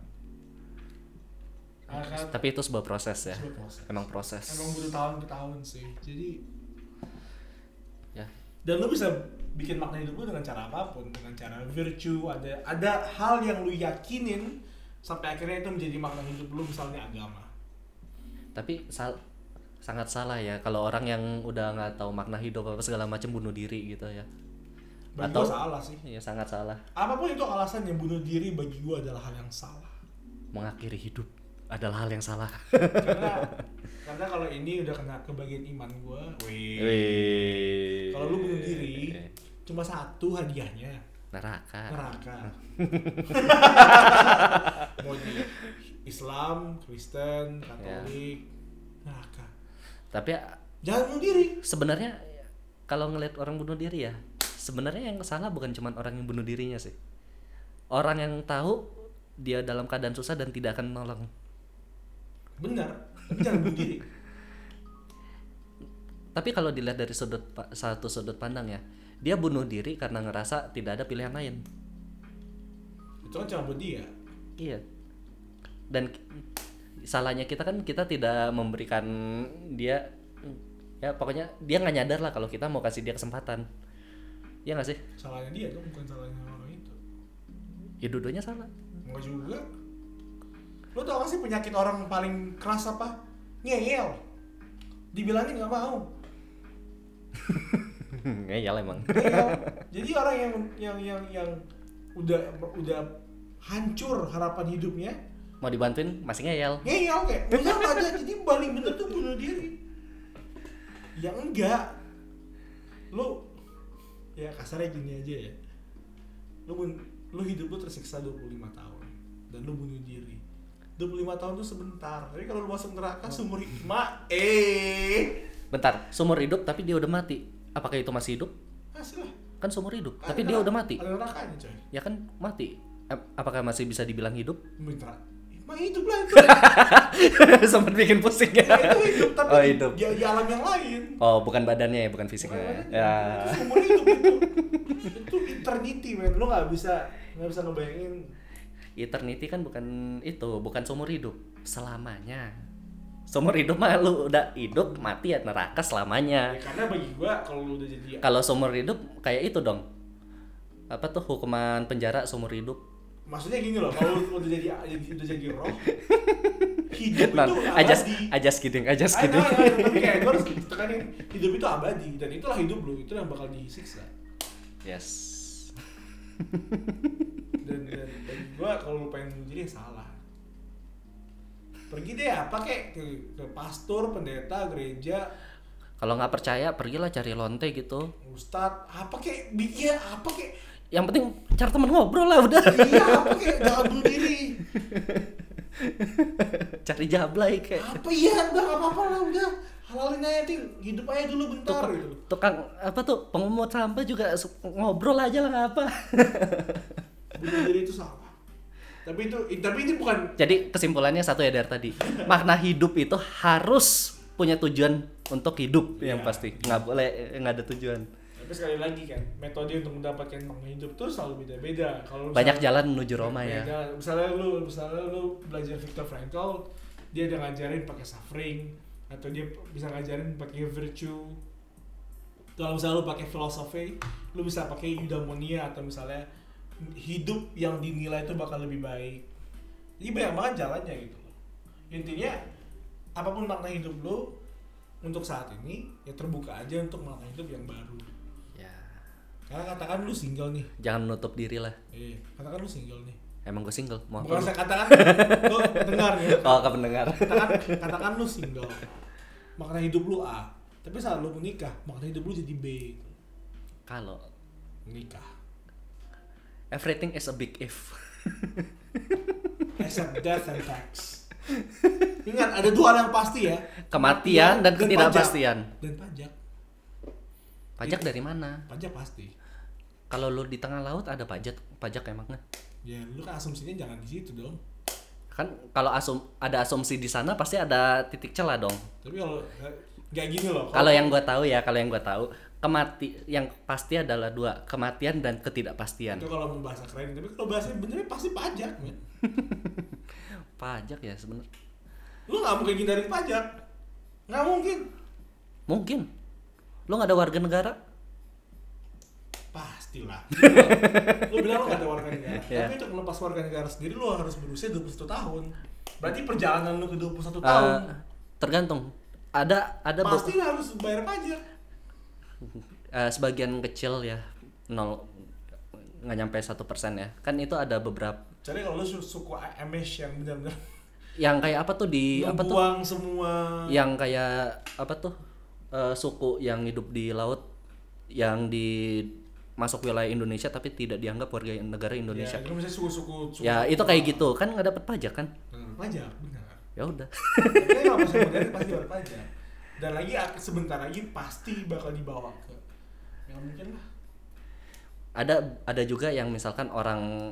Akan Tapi itu sebuah proses ya. sebuah proses. Emang proses. Emang butuh tahun ke tahun sih. Jadi Ya. dan lu bisa bikin makna hidup lu dengan cara apapun, dengan cara virtue, ada ada hal yang lu yakinin sampai akhirnya itu menjadi makna hidup lu, misalnya agama. Tapi sal- sangat salah ya kalau orang yang udah nggak tahu makna hidup apa segala macam bunuh diri gitu ya. Bagi Atau- gua salah sih. Iya sangat salah. Apapun itu alasannya, bunuh diri bagi gua adalah hal yang salah. Mengakhiri hidup adalah hal yang salah. Karena karena kalau ini udah kena ke bagian iman gua, wih. Wih. Kalau lu bunuh diri, cuma satu hadiahnya. neraka. Neraka. Mau di Islam, Kristen, Katolik, neraka. Tapi Jangan bunuh diri. sebenarnya kalau ngelihat orang bunuh diri ya, sebenarnya yang salah bukan cuma orang yang bunuh dirinya sih. Orang yang tahu dia dalam keadaan susah dan tidak akan menolong. Benar, tapi jangan bunuh diri. Tapi kalau dilihat dari sudut satu sudut pandang ya, dia bunuh diri karena ngerasa tidak ada pilihan lain. Itu kan cuma buat dia. Iya. Dan salahnya kita kan kita tidak memberikan dia, ya pokoknya dia nggak nyadar lah kalau kita mau kasih dia kesempatan. Iya nggak sih? Salahnya dia tuh, bukan salahnya orang itu. Ya dua-duanya salah. Enggak juga. Lo tau gak sih penyakit orang paling keras apa? Ngeyel. Dibilangin nggak mau. Ngeyel emang. Ngeyel. Jadi orang yang yang yang yang udah udah hancur harapan hidupnya, Mau dibantuin masih ngeyel. ngeyel kayak ngeyel aja. Jadi paling bener tuh bunuh diri. Ya enggak. Lo ya kasarnya gini aja ya. Lo bun- lo hidup lo tersiksa dua puluh lima tahun dan lo bunuh diri. dua puluh lima tahun tuh sebentar. Tapi kalau lo masuk neraka seumur hidup, ma eh Bentar, seumur hidup tapi dia udah mati. Apakah itu masih hidup? masih lah. Kan seumur hidup, Ada tapi dia neraka- udah mati. Ada nerakanya coy. Ya kan mati. Ap- Apakah masih bisa dibilang hidup? Mitra. Emang hidup lah itu. Sempat bikin pusing ya. Ya, itu hidup tapi Oh, hidup. Di, di alam yang lain. Oh, bukan badannya ya, bukan fisiknya. Bukan Ya. badannya. Itu seumur hidup itu. Itu eternity men. Lo nggak bisa nggak bisa ngebayangin. Eternity kan bukan itu, bukan seumur hidup, selamanya. Seumur hidup mah lu udah hidup, mati ya neraka selamanya. Ya, karena bagi gua kalau lu udah jadi Kalau seumur hidup kayak itu dong. Apa tuh hukuman penjara seumur hidup? maksudnya gini loh, kalau lu udah jadi udah jadi roh, hidup Nah, itu I just abadi. I just kidding, I just I know, kidding. I know, tapi kayak gua harus tekanin hidup itu abadi dan itulah hidup lu, itu yang bakal disiksa. Yes. Dan, dan bagi gua kalau lu pengen bunuh diri ya salah. Pergi deh apa kek ke, ke pastor, pendeta, gereja, Kalau nggak percaya, pergilah cari lonte gitu. ustadz, apa kek, iya apa kek, Yang penting cari teman ngobrol lah udah. iya apa kek, jangan bunuh diri. Cari jablay kayak. Apa iya udah nggak apa-apa lah udah, halalin aja ting, hidup aja dulu bentar Tukang, gitu. tukang apa tuh pengemut sampah juga su- ngobrol aja lah nggak apa. Bunuh diri itu salah. Tapi itu, tapi ini bukan. Jadi kesimpulannya satu ya dari tadi, makna hidup itu harus punya tujuan untuk hidup yang Iya. pasti, nggak boleh nggak ada tujuan. Tapi sekali lagi kan, metode untuk mendapatkan makna hidup tuh selalu beda-beda. Kalau Banyak misalnya- jalan menuju Roma ya. beda. Misalnya lu, misalnya lu belajar Viktor Frankl, dia udah ngajarin pakai suffering, atau dia bisa ngajarin pakai virtue. Kalau misalnya lu pakai filosofi, lu bisa pakai eudaimonia atau misalnya hidup yang dinilai itu bakal lebih baik. Jadi banyak banget jalannya gitu loh. Intinya apapun makna hidup lu untuk saat ini ya terbuka aja untuk makna hidup yang baru. Ya, Karena katakan lu single nih. jangan menutup diri lah. Eh, katakan lu single nih. Emang gue single, mau Bukan apa? saya katakan lu dengar ya. Oh, ke pendengar. Katakan katakan lu single. Makna hidup lu A. Tapi saat lu menikah, makna hidup lu jadi B gitu. Kalau Menikah. everything is a big if. Except death and tax. Ingat ada dua hal yang pasti ya. Kematian dan pajak. ketidakpastian. Dan pajak. Pajak dari mana? Pajak pasti. Kalau lu di tengah laut ada pajak, pajak emangnya? Ya lu kan asumsinya jangan di situ dong. Kan kalau asum ada asumsi di sana pasti ada titik celah dong. Tapi kalau kayak gini loh. Kalau yang gua tahu ya, kalau yang gua tahu, kemati yang pasti adalah dua, kematian dan ketidakpastian. itu kalau mau bahasa keren, tapi kalau bahasa benernya pasti pajak, men. Pajak ya sebenarnya. Lu nggak mungkin hindarin pajak, nggak mungkin. Mungkin. Lu nggak ada warga negara? Pastilah. Lu bilang lu nggak ada warga negara, Yeah. tapi untuk melepas warga negara sendiri lu harus berusia dua puluh satu tahun. Berarti perjalanan lu ke dua puluh satu Eh, tahun. tergantung. Ada ada be- Pasti harus bayar pajak. eh, sebagian kecil ya, nol nggak nyampe satu persen ya. Kan itu ada beberapa Jadi kalau lu su- suku Amish yang benar-benar yang kayak apa tuh di apa tuh? membuang semua. Yang kayak apa tuh? Eh, suku yang hidup di laut yang di masuk wilayah Indonesia tapi tidak dianggap warga negara Indonesia. Ya, itu misalnya suku-suku. suku- Ya itu kayak gitu kan nggak dapat pajak kan? Hmm, pajak, benar. Ya udah. Tapi kalau masih modern pasti berpajak. Dan lagi ak- sebentar lagi pasti bakal dibawa ke yang mungkin lah. Ada ada juga yang misalkan orang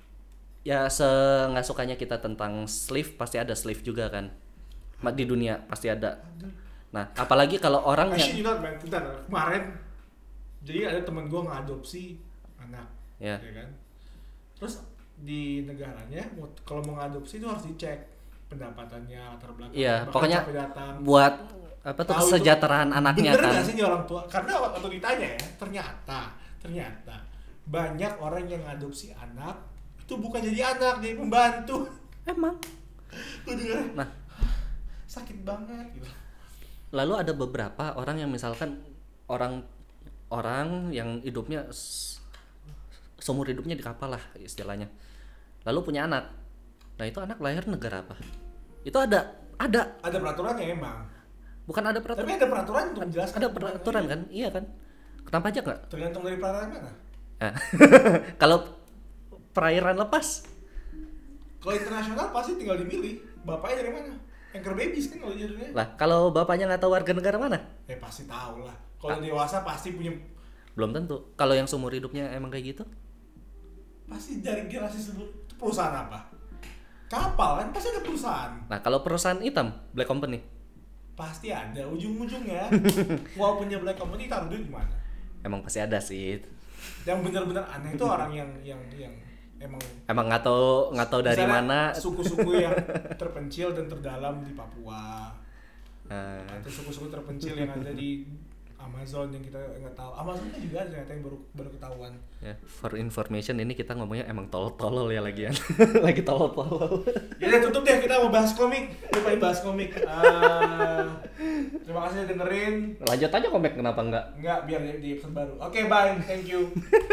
ya se nggak sukanya kita tentang slave pasti ada slave juga kan. Ma- Di dunia pasti ada. Nah, apalagi kalau orang I yang shit you not, man. Bentar, kemarin jadi ada teman gue ngadopsi anak, ya ya kan. Terus di negaranya mau- kalau mau ngadopsi itu harus dicek pendapatannya, latar belakang. Iya, bahkan pokoknya sampai datang. buat apa tuh Tahu itu kesejahteraan anaknya bener kan. nggak sih nih orang tua? Karena waktu ditanya ya, ternyata ternyata banyak orang yang ngadopsi anak itu bukan jadi anak, jadi pembantu. Emang. Gue denger, Nah, sakit banget gitu. lalu ada beberapa orang yang misalkan orang orang yang hidupnya s- seumur hidupnya di kapal lah istilahnya. Lalu punya anak. Nah, itu anak lahir negara apa? Itu ada ada Ada peraturannya emang. bukan ada peraturan. Tapi ada peraturan untuk menjelaskan. Ada peraturan kan? Iya kan? Kena pajak nggak? Tergantung dari peraturan mana. Nah, kalau perairan lepas, Kalau internasional pasti tinggal dimilih. Bapaknya dari mana? Anchor babies kan kalau jadinya. lah kalau bapaknya nggak tahu warga negara mana, Eh pasti tahu lah. Kalau Ah. dewasa pasti punya, belum tentu. Kalau yang seumur hidupnya emang kayak gitu, pasti dari generasi sebelum itu perusahaan apa? Kapal kan pasti ada perusahaan. nah kalau perusahaan hitam, black company, Pasti ada ujung-ujungnya. Walaupun dia black company taruh duit di mana? emang pasti ada sih. Yang benar-benar aneh itu orang yang yang yang emang Emang nggak tahu nggak tahu dari misalnya mana. suku-suku yang terpencil dan terdalam di Papua Nah, atau suku-suku terpencil yang ada di Amazon yang kita nggak tahu. Amazon kan juga ada ternyata yang baru baru ketahuan. ya, for information ini kita ngomongnya emang tolol-tolol ya lagian, lagi tolol-tolol. Ya udah tutup deh, kita mau bahas komik. Lupain bahas komik. Ah, terima kasih udah dengerin. Lanjut aja komik kenapa enggak? Enggak, biar di episode baru. Oke, bye. Thank you.